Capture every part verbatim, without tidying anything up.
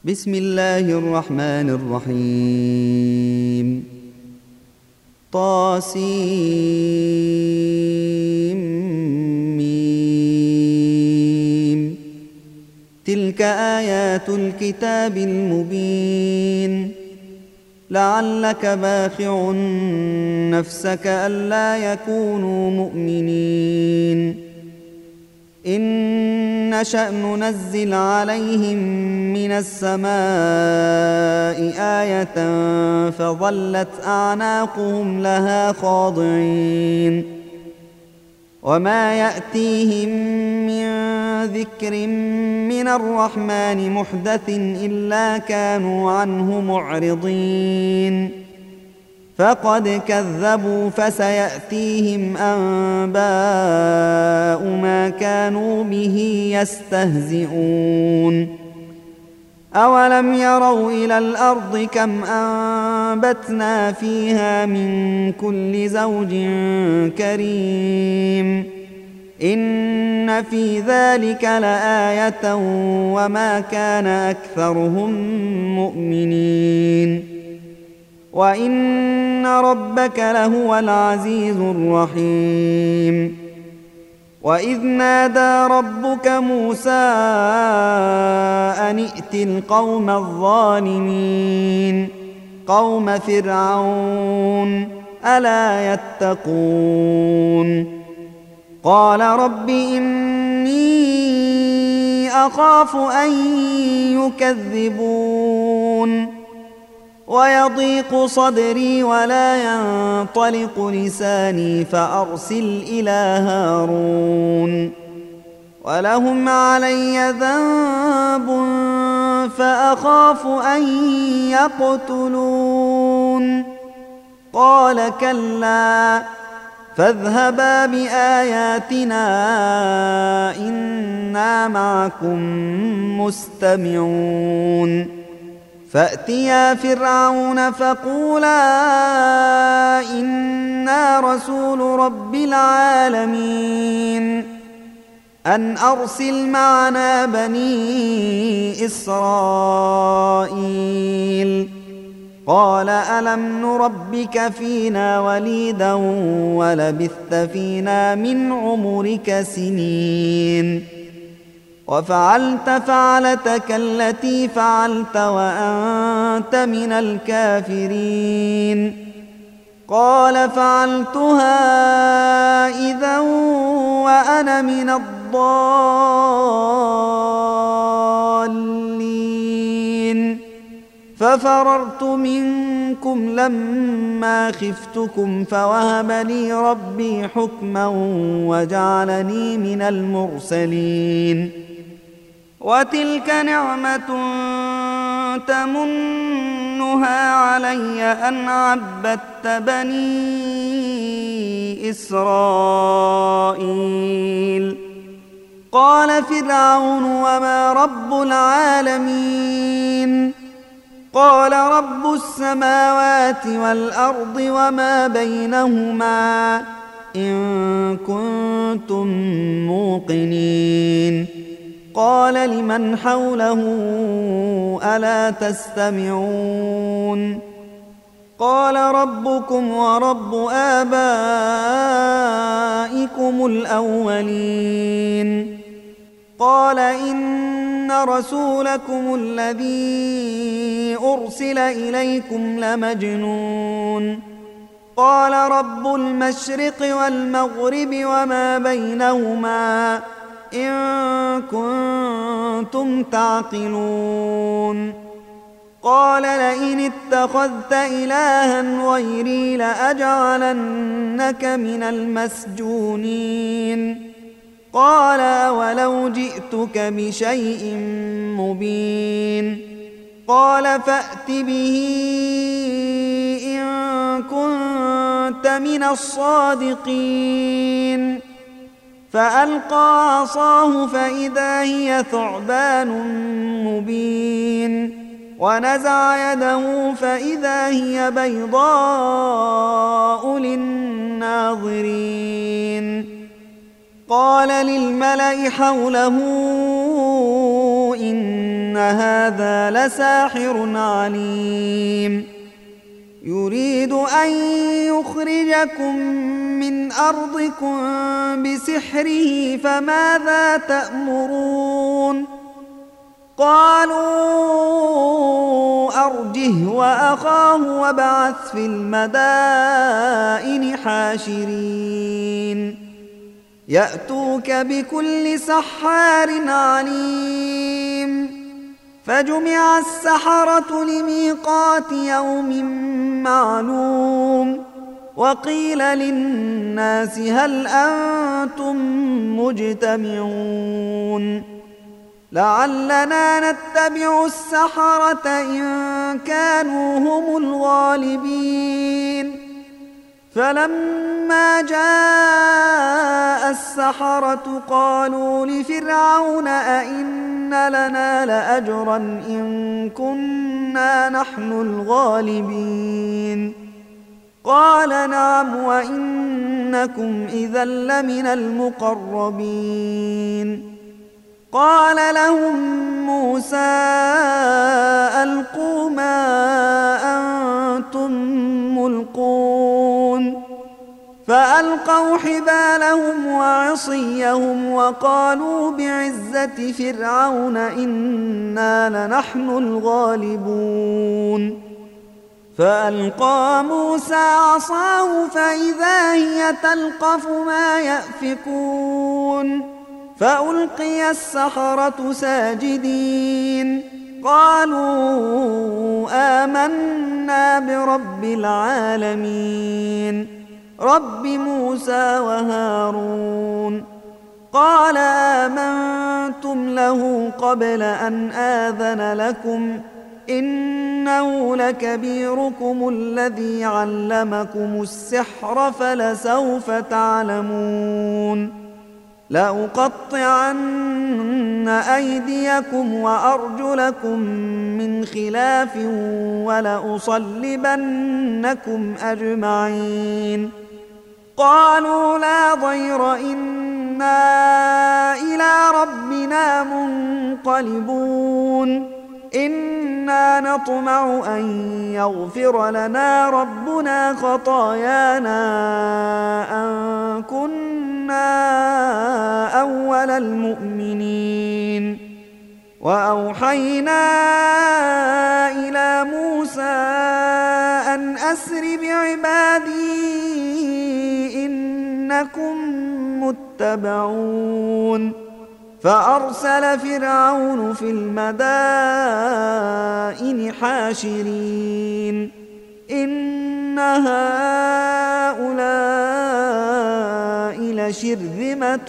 بسم الله الرحمن الرحيم طاسيم تلك آيات الكتاب المبين لعلك باخع نفسك ألا يكونوا مؤمنين إن نشأ ننزل عليهم من السماء آية فظلت أعناقهم لها خاضعين وما يأتيهم من ذكر من الرحمن محدث إلا كانوا عنه معرضين فقد كذبوا فسيأتيهم أنباء ما كانوا به يستهزئون أولم يروا إلى الأرض كم أنبتنا فيها من كل زوج كريم إن في ذلك لآية وما كان أكثرهم مؤمنين وإن ربك لهو العزيز الرحيم وإذ نادى ربك موسى أن ائت القوم الظالمين قوم فرعون ألا يتقون قال رب إني أخاف أن يكذبون ويضيق صدري ولا ينطلق لساني فأرسل إلى هارون ولهم علي ذنب فأخاف أن يقتلون قال كلا فاذهبا بآياتنا إنا معكم مستمعون فأتيا فرعون فقولا إنا رسول رب العالمين أن أرسل معنا بني إسرائيل قال ألم نربك فينا وليدا ولبثت فينا من عمرك سنين وفعلت فعلتك التي فعلت وأنت من الكافرين قال فعلتها إذا وأنا من الضالين ففررت منكم لما خفتكم فوهب لي ربي حكما وجعلني من المرسلين وتلك نعمة تمنها علي أن عبدت بني إسرائيل قال فرعون وما رب العالمين قال رب السماوات والأرض وما بينهما إن كنتم موقنين قال لمن حوله ألا تستمعون قال ربكم ورب آبائكم الأولين قال إن رسولكم الذي أرسل إليكم لمجنون قال رب المشرق والمغرب وما بينهما إن كنتم تعقلون قال لئن اتخذت إلها غيري لأجعلنك من المسجونين قال ولو جئتك بشيء مبين قال فأت به إن كنت من الصادقين فألقى عصاه فإذا هي ثعبان مبين ونزع يده فإذا هي بيضاء للناظرين قال للملأ حوله إن إن هذا لساحر عليم يريد أن يخرجكم من أرضكم بسحره فماذا تأمرون قالوا أرجه وأخاه وابعث في المدائن حاشرين يأتوك بكل سحار عليم فجمع السحرة لميقات يوم معلوم وقيل للناس هل أنتم مجتمعون لعلنا نتبع السحرة إن كانوا هم الغالبين فلما جاء السحرة قالوا لفرعون أئن لنا لأجرا إن كنا نحن الغالبين قال نعم وإنكم إذا لمن المقربين قال لهم موسى ألقوا ما أنتم ملقون فألقوا حبالهم وعصيهم وقالوا بعزة فرعون إنا لنحن الغالبون فألقى موسى عصاه فإذا هي تلقف ما يأفكون فألقي السحرة ساجدين قالوا آمنا برب العالمين رب موسى وهارون قال آمنتم له قبل أن آذن لكم إنه لكبيركم الذي علمكم السحر فلسوف تعلمون لأقطعن أيديكم وأرجلكم من خلاف ولأصلبنكم أجمعين قالوا لا ضير إنا إلى ربنا منقلبون إنا نطمع أن يغفر لنا ربنا خطايانا أن كنا أول المؤمنين وأوحينا إلى موسى أن أسر بعبادي إنكم متبعون فأرسل فرعون في المدائن حاشرين إن هؤلاء لشرذمة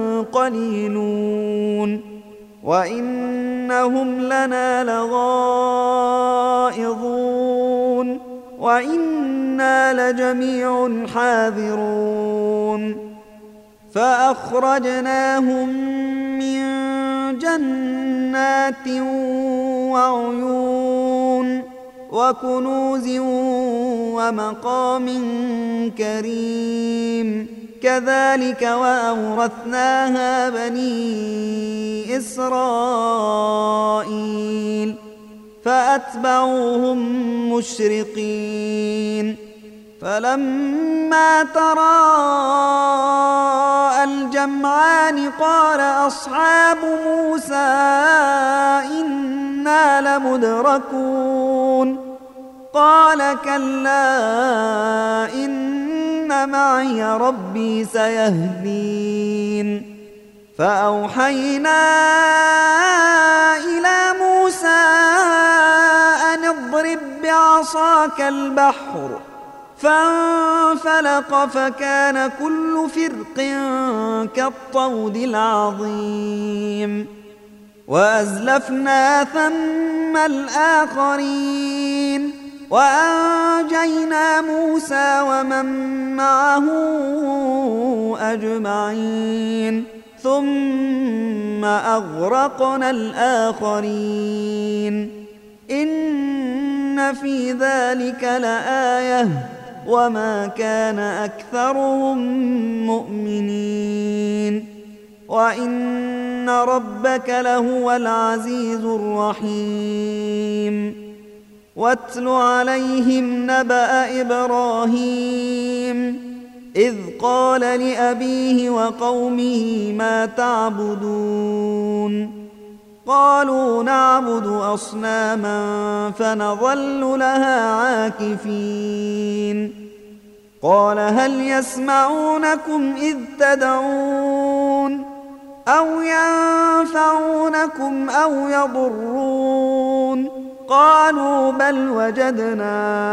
قليلون وإنهم لنا لغائظون وإنا لجميع حاذرون فأخرجناهم من جنات وعيون وكنوز ومقام كريم كذلك وأورثناها بني إسرائيل فأتبعوهم مشرقين فلما تراءى الجمعان قال أصحاب موسى إنا لمدركون قال كلا إن معي ربي سيهدين فأوحينا إلى موسى أن اضرب بعصاك البحر فانفلق فكان كل فرق كالطود العظيم وأزلفنا ثم الآخرين وأنجينا موسى ومن معه أجمعين ثم أغرقنا الآخرين إن في ذلك لآية وما كان أكثرهم مؤمنين وإن ربك لهو العزيز الرحيم واتل عليهم نبأ إبراهيم إذ قال لأبيه وقومه ما تعبدون قالوا نعبد أصناما فنظل لها عاكفين قال هل يسمعونكم إذ تدعون أو ينفعونكم أو يضرون قالوا بل وجدنا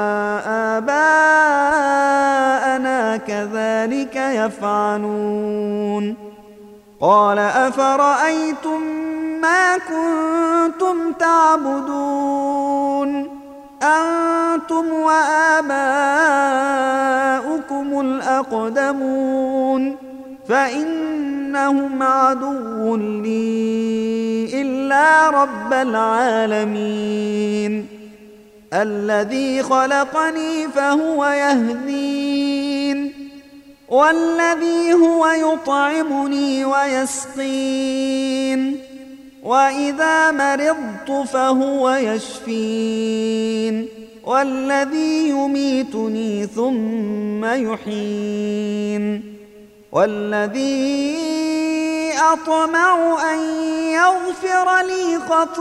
آباءنا كذلك يفعلون قال أفرأيتم ما كنتم تعبدون أنتم وآباؤكم الأقدمون فإنهم عدو لي إلا رب العالمين الذي خلقني فهو يهدين والذي هو يطعمني ويسقين وإذا مرضت فهو يشفين والذي يميتني ثم يحيين والذي أطمع أن يغفر لي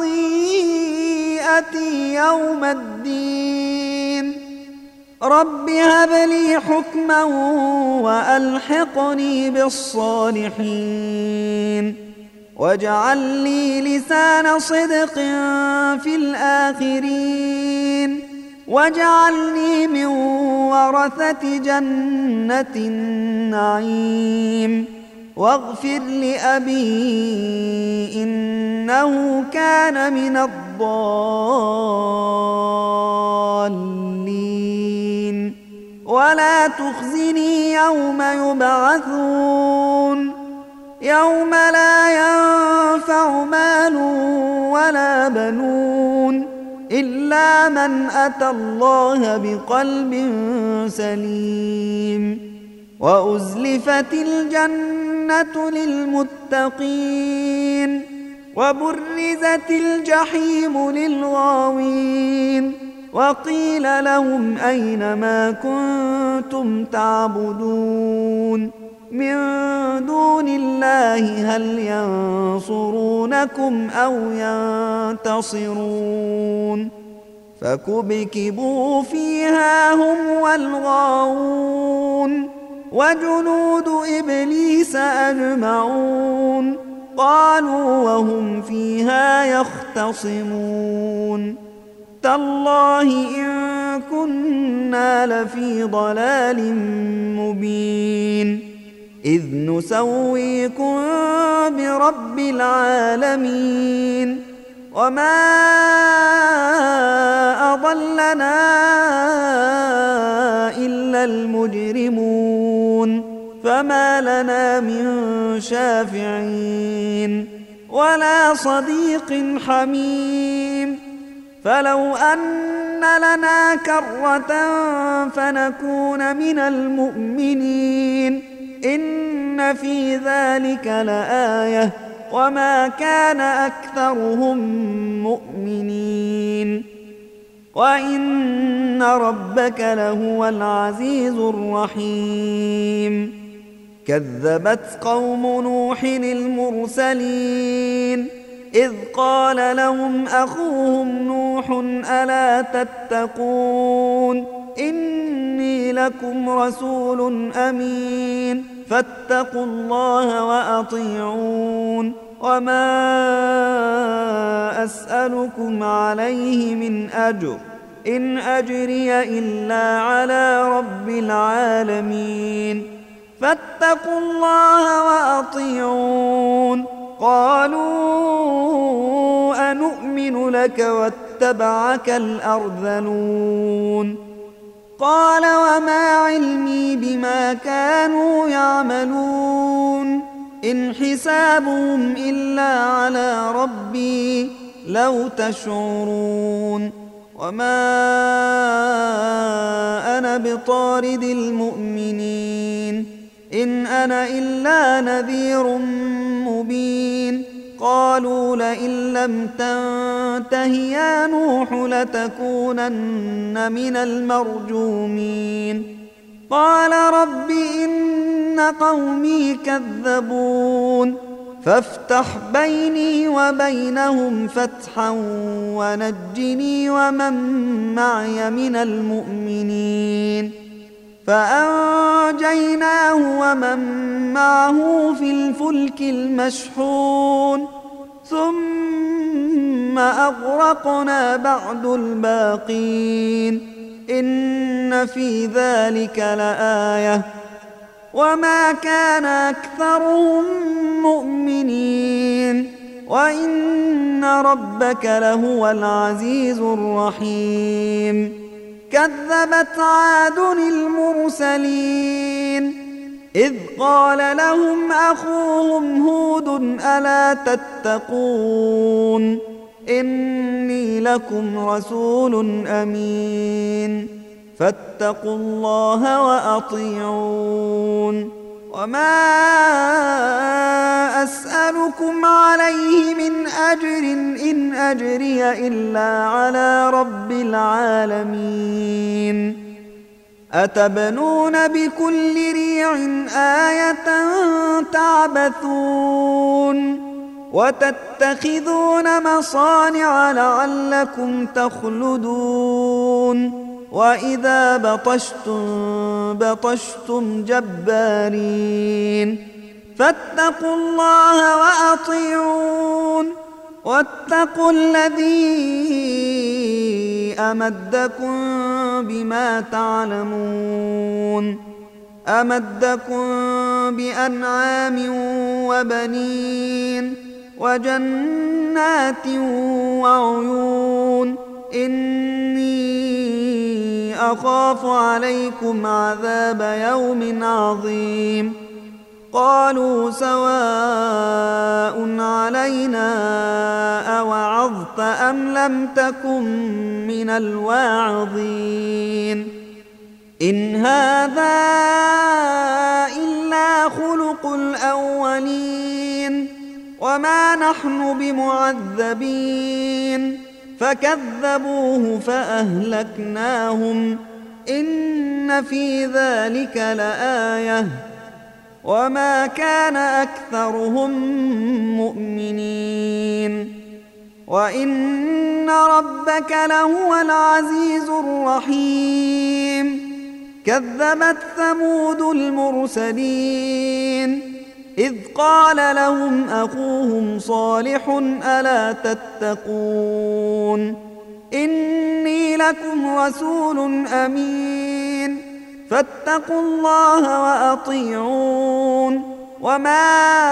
خطيئتي يوم الدين رب هب لي حكما وألحقني بالصالحين واجعل لي لسان صدق في الآخرين واجعلني من ورثة جنة النعيم واغفر لأبي إنه كان من الضالين ولا تخزني يوم يبعثون يوم لا ينفع مال ولا بنون إلا من أتى الله بقلب سليم وأزلفت الجنة للمتقين وبرزت الجحيم للغاوين وقيل لهم أين ما كنتم تعبدون من دون الله هل ينصرونكم أو ينتصرون فكبكبوا فيها هم والغاوون وجنود إبليس أجمعون قالوا وهم فيها يختصمون تالله إن كنا لفي ضلال مبين إذ نسويكم برب العالمين وما أضلنا إلا المجرمون فما لنا من شافعين ولا صديق حميم فلو أن لنا كرة فنكون من المؤمنين إن في ذلك لآية وما كان أكثرهم مؤمنين وإن ربك لهو العزيز الرحيم كذبت قوم نوح المرسلين إذ قال لهم أخوهم نوح ألا تتقون إني لكم رسول أمين فاتقوا الله وأطيعون وما أسألكم عليه من أجر إن أجري إلا على رب العالمين فاتقوا الله وأطيعون قالوا أنؤمن لك واتبعك الأرذلون قال وما علمي بما كانوا يعملون إن حسابهم إلا على ربي لو تشعرون وما أنا بطارد المؤمنين إن أنا إلا نذير قالوا لئن لم تنته يا نوح لتكونن من المرجومين قال رب إن قومي كذبون فافتح بيني وبينهم فتحا ونجني ومن معي من المؤمنين فأنجيناه ومن معه في الفلك المشحون ثم أغرقنا بعد الباقين إن في ذلك لآية وما كان أكثرهم مؤمنين وإن ربك لهو العزيز الرحيم كذبت عاد المرسلين إذ قال لهم أخوهم هود ألا تتقون إني لكم رسول أمين فاتقوا الله وأطيعون وما أسألكم عليه من أجر إن أجري إلا على رب العالمين أتبنون بكل ريع آية تعبثون وتتخذون مصانع لعلكم تخلدون وإذا بطشتم بطشتم جبارين فاتقوا الله وأطيعون واتقوا الذي أمدكم بما تعلمون أمدكم بأنعام وبنين وجنات وعيون إني أخاف عليكم عذاب يوم عظيم قالوا سواء علينا أوعظت أم لم تكن من الواعظين إن هذا إلا خلق الأولين وما نحن بمعذبين فكذبوه فأهلكناهم إن في ذلك لآية وما كان أكثرهم مؤمنين وإن ربك لهو العزيز الرحيم كذبت ثمود المرسلين إذ قال لهم أخوهم صالح ألا تتقون إني لكم رسول أمين فاتقوا الله وأطيعون وما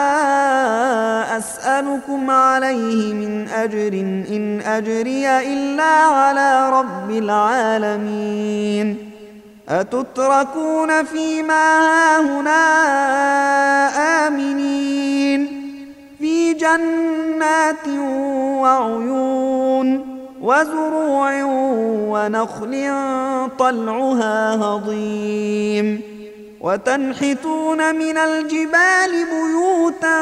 أسألكم عليه من أجر إن أجري إلا على رب العالمين أتتركون فيما هاهنا آمنين في جنات وعيون وزروع ونخل طلعها هضيم وتنحتون من الجبال بيوتا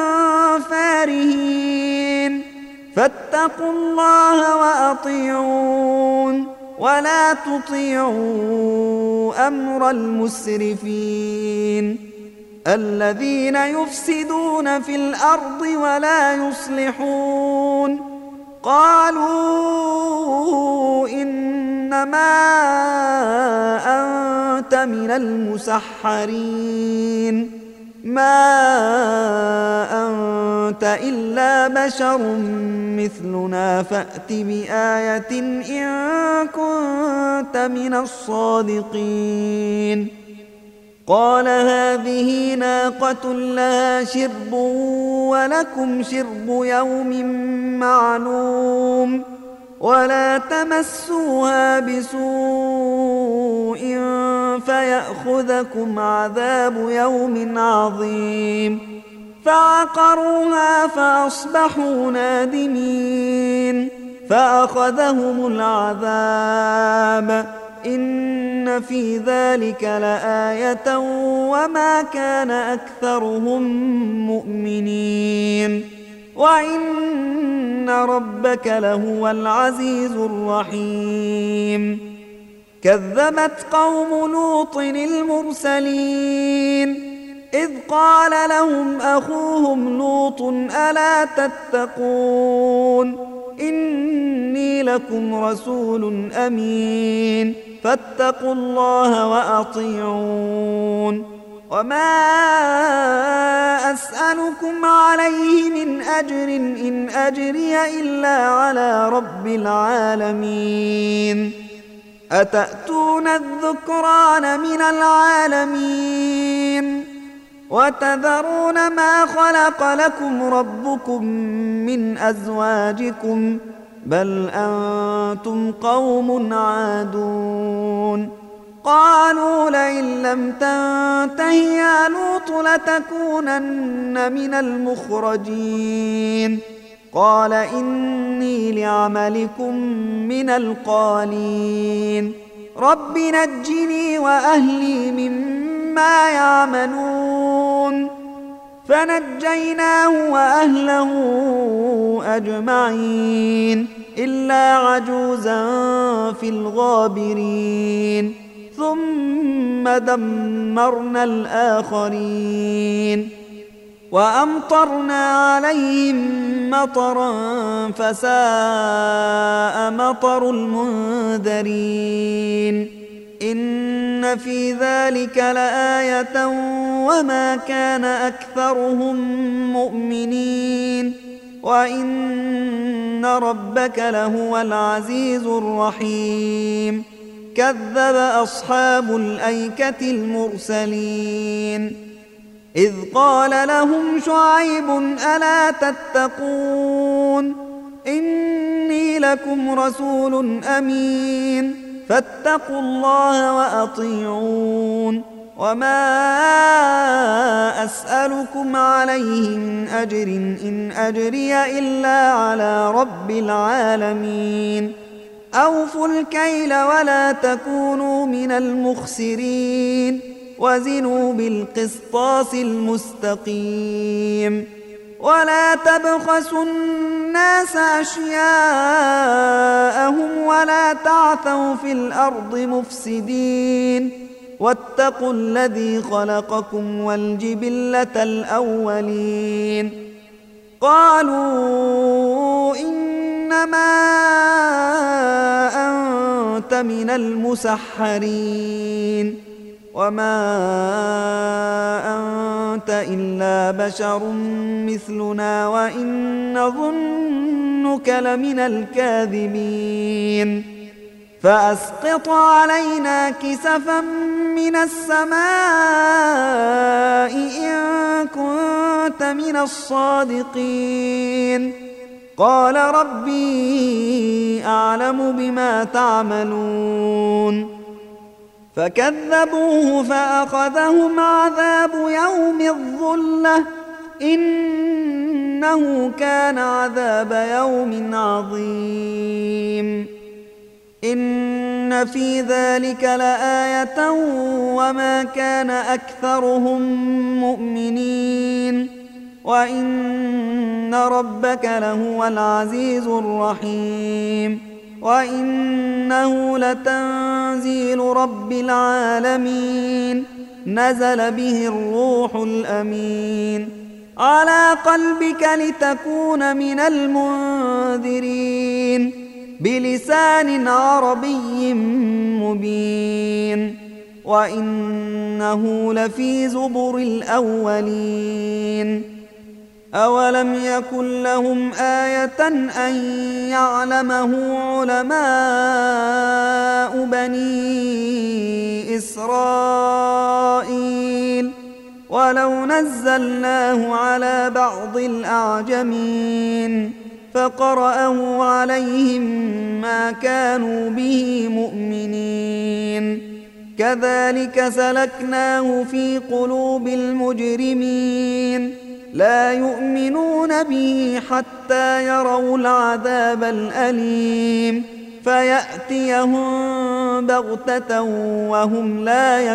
فارهين فاتقوا الله وأطيعون ولا تطيعوا أمر المسرفين الذين يفسدون في الأرض ولا يصلحون قالوا إنما أنت من المسحرين ما أنت إلا بشر مثلنا فأت بآية إن كنت من الصادقين قال هذه ناقة لها شرب ولكم شرب يوم معلوم ولا تمسوها بسوء فيأخذكم عذاب يوم عظيم فعقروها فأصبحوا نادمين فأخذهم العذاب إن في ذلك لآية وما كان أكثرهم مؤمنين وإن ربك لهو العزيز الرحيم. كذبت قوم لوط المرسلين إذ قال لهم أخوهم لوط ألا تتقون إني لكم رسول أمين فاتقوا الله وأطيعون. وما أسألكم عليه من أجر إن أجري إلا على رب العالمين. أتأتون الذكران من العالمين وتذرون ما خلق لكم ربكم من أزواجكم بل أنتم قوم عادون. قالوا لئن لم تنته يا لوط لتكونن من المخرجين. قال إني لعملكم من القالين رب نجني وأهلي مما يعملون. فنجيناه وأهله أجمعين إلا عجوزا في الغابرين ثم دمرنا الآخرين وأمطرنا عليهم مطرا فساء مطر المنذرين. إن في ذلك لآية وما كان أكثرهم مؤمنين وإن ربك لهو العزيز الرحيم. كذب أصحاب الأيكة المرسلين إذ قال لهم شعيب ألا تتقون إني لكم رسول أمين فاتقوا الله وأطيعون. وما أسألكم عليه من أجر إن أجري إلا على رب العالمين. أوفوا الكيل ولا تكونوا من المخسرين وزنوا بالقسطاس المستقيم ولا تبخسوا الناس أشياءهم ولا تعثوا في الأرض مفسدين واتقوا الذي خلقكم والجبلة الأولين. قالوا إنما أنت من المسحرين وما أنت إلا بشر مثلنا وإن نظنك لمن الكاذبين. فأسقط علينا كسفا من السماء إن كنت من الصادقين. قال ربي أعلم بما تعملون. فكذبوه فأخذهم عذاب يوم الظلة إنه كان عذاب يوم عظيم. إن في ذلك لآية وما كان أكثرهم مؤمنين وإن ربك لهو العزيز الرحيم. وإنه لتنزيل رب العالمين نزل به الروح الأمين على قلبك لتكون من المنذرين بلسان عربي مبين. وإنه لفي زبر الأولين. أولم يكن لهم آية أن يعلمه علماء بني إسرائيل ولو نزلناه على بعض الأعجمين فقرأه عليهم ما كانوا به مؤمنين. كذلك سلكناه في قلوب المجرمين لا يؤمنون به حتى يروا العذاب الأليم فيأتيهم بغتة وهم لا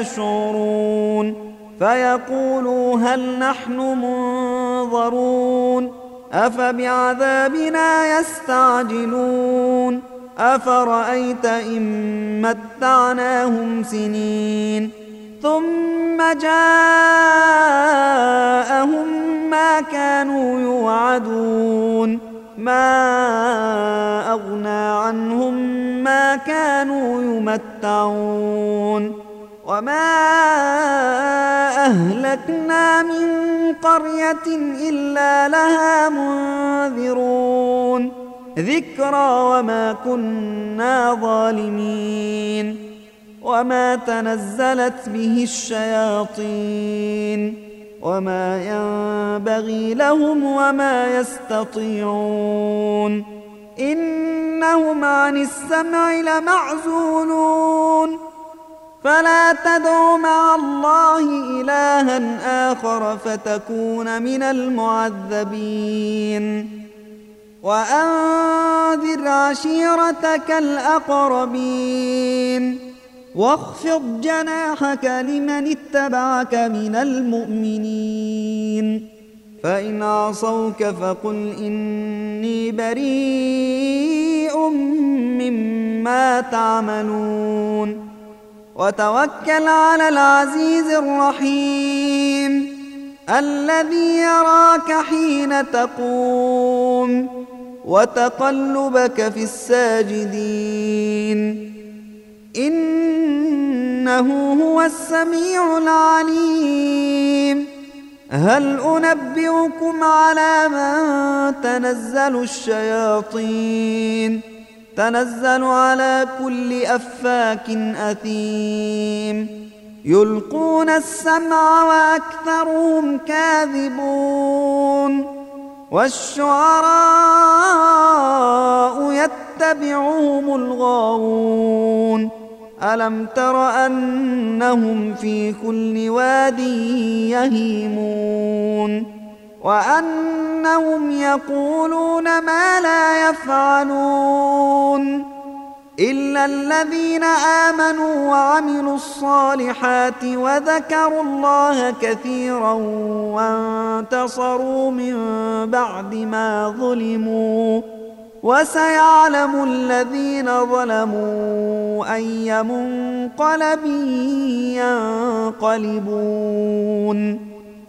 يشعرون فيقولوا هل نحن منظرون أفبعذابنا يستعجلون أفرأيت إن متعناهم سنين ثم جاءهم ما كانوا يوعدون ما أغنى عنهم ما كانوا يمتعون وما أهلكنا من قرية إلا لها منذرون ذكرى وما كنا ظالمين وما تنزلت به الشياطين وما ينبغي لهم وما يستطيعون إنهم عن السمع لمعزولون فلا تدع مع الله إلها آخر فتكون من المعذبين وأنذر عشيرتك الأقربين واخفض جناحك لمن اتبعك من المؤمنين فإن عصوك فقل إني بريء مما تعملون وتوكل على العزيز الرحيم الذي يراك حين تقوم وتقلبك في الساجدين إنه هو السميع العليم هل أنبئكم على من تنزل الشياطين تنزل على كل أفاك أثيم يلقون السمع وأكثرهم كاذبون والشعراء يتبعهم الغاوون ألم تر أنهم في كل واد يهيمون وأنهم يقولون ما لا يفعلون إلا الذين آمنوا وعملوا الصالحات وذكروا الله كثيرا وانتصروا من بعد ما ظلموا وسيعلم الذين ظلموا أي منقلب ينقلبون